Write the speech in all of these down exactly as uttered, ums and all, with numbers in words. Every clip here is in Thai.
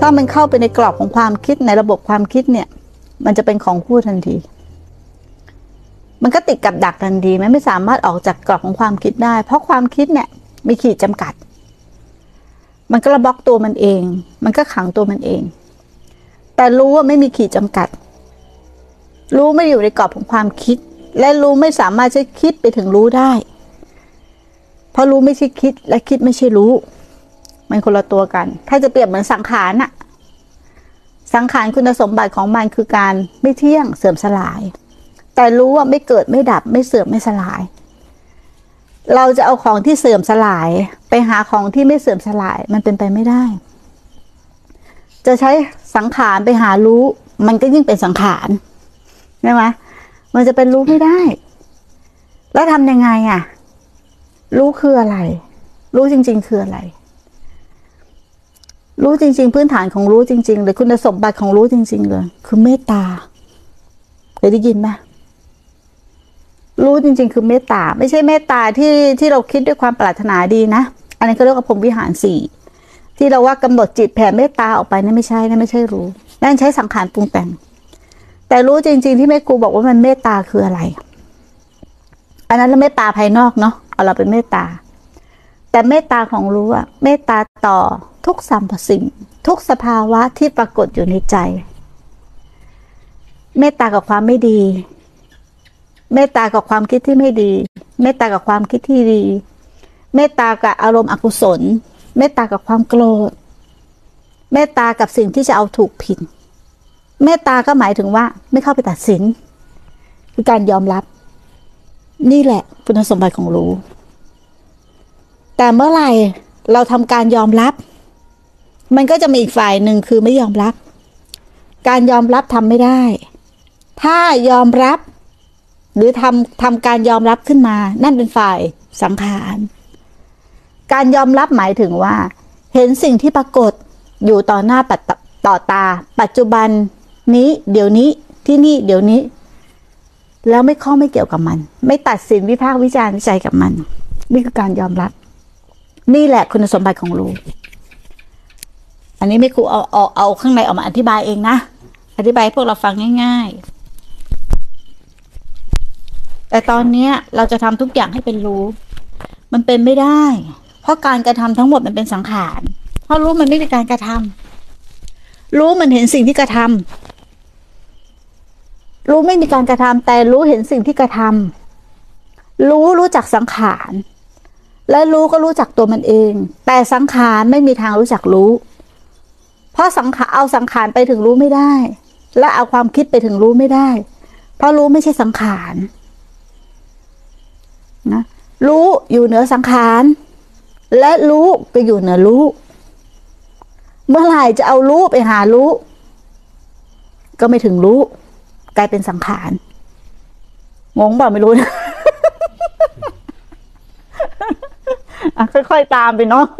ามันเข้าไปในกรอบของความคิดในระบบความคิดเนี่ยมันจะเป็นของคู่ทันทีมันก็ติดกับดักทันทีมันไม่สามารถออกจากกรอบของความคิดได้เพราะความคิดเนี่ยมีขีดจำกัดมันก็ระบล็อกตัวมันเองมันก็ขังตัวมันเองแต่รู้ว่าไม่มีขีดจำกัดรู้ไม่อยู่ในกรอบของความคิดและรู้ไม่สามารถใช้คิดไปถึงรู้ได้เพราะรู้ไม่ใช่คิดและคิดไม่ใช่รู้มันคนละตัวกันถ้าจะเปรียบเหมือนสังขารน่ะสังขารคุณสมบัติของมันคือการไม่เที่ยงเสื่อมสลายแต่รู้ว่าไม่เกิดไม่ดับไม่เสื่อมไม่สลายเราจะเอาของที่เสื่อมสลายไปหาของที่ไม่เสื่อมสลายมันเป็นไปไม่ได้จะใช้สังขารไปหารู้มันก็ยิ่งเป็นสังขารใช่ไหมมันจะเป็นรู้ไม่ได้แล้วทำยังไงอ่ะรู้คืออะไรรู้จริงๆคืออะไรรู้จริงๆพื้นฐานของรู้จริงๆหรือคุณสมบัติของรู้จริงๆเลยคือเมตตาเคยได้ยินไหมรู้จริงๆคือเมตตาไม่ใช่เมตตาที่ที่เราคิดด้วยความปรารถนาดีนะอันนี้เขาเรียกว่าพรหมวิหารสี่ที่เราว่ากำหนดจิตแผ่เมตตาออกไปนั่นไม่ใช่นั่นไม่ใช่รู้นั่นใช้สังขารปรุงแต่งแต่รู้จริงๆที่แม่ครูบอกว่ามันเมตตาคืออะไรอันนั้นเราเมตตาภายนอกเนาะเอาเราเป็นเมตตาแต่เมตตาของรู้อะเมตตาต่อทุกสรรพสิ่งทุกสภาวะที่ปรากฏอยู่ในใจเมตตากับความไม่ดีเมตตากับความคิดที่ไม่ดีเมตตากับความคิดที่ดีเมตตากับอารมณ์อกุศลเมตตากับความโกรธเมตตากับสิ่งที่จะเอาถูกผิดเมตตาก็หมายถึงว่าไม่เข้าไปตัดสินคือการยอมรับนี่แหละคุณสมบัติของรู้แต่เมื่อไหร่เราทำการยอมรับมันก็จะมีอีกฝ่ายหนึ่งคือไม่ยอมรับการยอมรับทำไม่ได้ถ้ายอมรับหรือทำทำการยอมรับขึ้นมานั่นเป็นฝ่ายสังขารการยอมรับหมายถึงว่าเห็นสิ่งที่ปรากฏอยู่ต่อหน้าต่อตาปัจจุบันนี้เดี๋ยวนี้ที่นี่เดี๋ยวนี้แล้วไม่ข้องไม่เกี่ยวกับมันไม่ตัดสินวิพากษ์วิจารณ์วิจัยกับมันนี่คือการยอมรับนี่แหละคุณสมบัติของรู้อันนี้ไม่ครูเอาเอาเอาข้างในออกมาอธิบายเองนะอธิบายให้พวกเราฟังง่ายๆแต่ตอนนี้เราจะทำทุกอย่างให้เป็นรู้มันเป็นไม่ได้เพราะการกระทำทั้งหมดมันเป็นสังขารเพราะรู้มันไม่มีการกระทำรู้มันเห็นสิ่งที่กระทำรู้ไม่มีการกระทำแต่รู้เห็นสิ่งที่กระทำรู้รู้จักสังขารและรู้ก็รู้จักตัวมันเองแต่สังขารไม่มีทางรู้จักรู้เพราะสังขารเอาสังขารไปถึงรู้ไม่ได้และเอาความคิดไปถึงรู้ไม่ได้เพราะรู้ไม่ใช่สังขารนะรู้อยู่เหนือสังขารและรู้ก็อยู่เหนือรู้เมื่อไหร่จะเอารู้ไปหารู้ก็ไม่ถึงรู้กลายเป็นสังขารงงเปล่าไม่รู้นะอ่ะค่อยๆตามไปเนาะ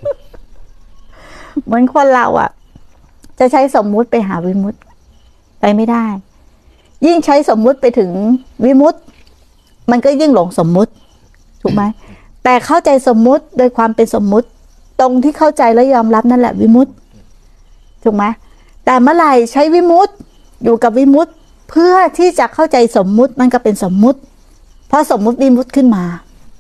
เหมือนคนเราอ่ะจะใช้สมมุติไปหาวิมุตติไปไม่ได้ยิ่งใช้สมมุติไปถึงวิมุตติมันก็ยิ่งหลงสมมุติถูกไหมแต่เข้าใจสมมุติโดยความเป็นสมมุติตรงที่เข้าใจและยอมรับนั่นแหละวิมุตติถูกไหมแต่เมื่อไหร่ใช้วิมุตติอยู่กับวิมุตติเพื่อที่จะเข้าใจสมมุติมันก็เป็นสมมุติเพราะสมมุติวิมุตติขึ้นมา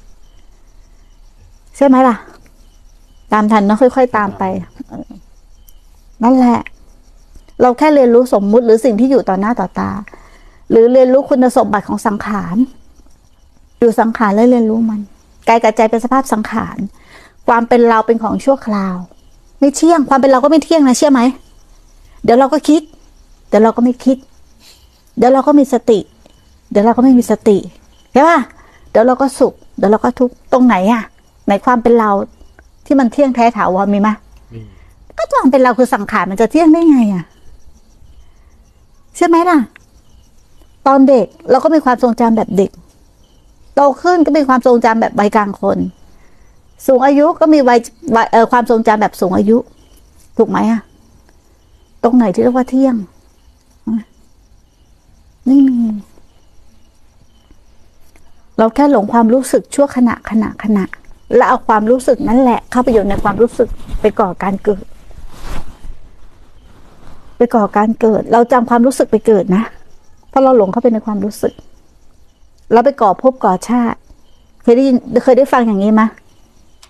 ใช่ไหมล่ะตามทันเนาะค่อยๆตามไปนั่นแหละเราแค่เรียนรู้สมมุติหรือสิ่งที่อยู่ต่อหน้าต่อตาหรือเรียนรู้คุณสมบัติของสังขารอยู่สังขารแล้วเรียนรู้มันกายกับใจเป็นสภาพสังขารความเป็นเราเป็นของชั่วคราวไม่เที่ยงความเป็นเราก็ไม่เที่ยงนะเชื่อไหมเดี๋ยวเราก็คิดเดี๋ยวเราก็ไม่คิดเดี๋ยวเราก็มีสติเดี๋ยวเราก็ไม่มีสติใช่ป่ะเดี๋ยวเราก็สุขเดี๋ยวเราก็ทุกข์ตรงไหนอะในความเป็นเราที่มันเที่ยงแท้ถาวรมีไหมก็ความเป็นเราคือสังขารมันจะเที่ยงได้ไงอะใช่ไหมล่ะตอนเด็กเราก็มีความทรงจำแบบเด็กโตขึ้นก็มีความทรงจำแบบวัยกลางคนสูงอายุก็มีวัยเอ่อความทรงจำแบบสูงอายุถูกไหมอะตรงไหนที่เรียกว่าเที่ยงนี่มีเราแค่หลงความรู้สึกชั่วขณะขณะขณะแล้วเอาความรู้สึกนั่นแหละเข้าไปอยู่ในความรู้สึกไปก่อการเกิดไปก่อการเกิด เราจำความรู้สึกไปเกิดนะเพราะเราหลงเข้าไปในความรู้สึกเราไปก่อภพก่อชาติเคยได้ยินเคยได้ฟังอย่างนี้ไหม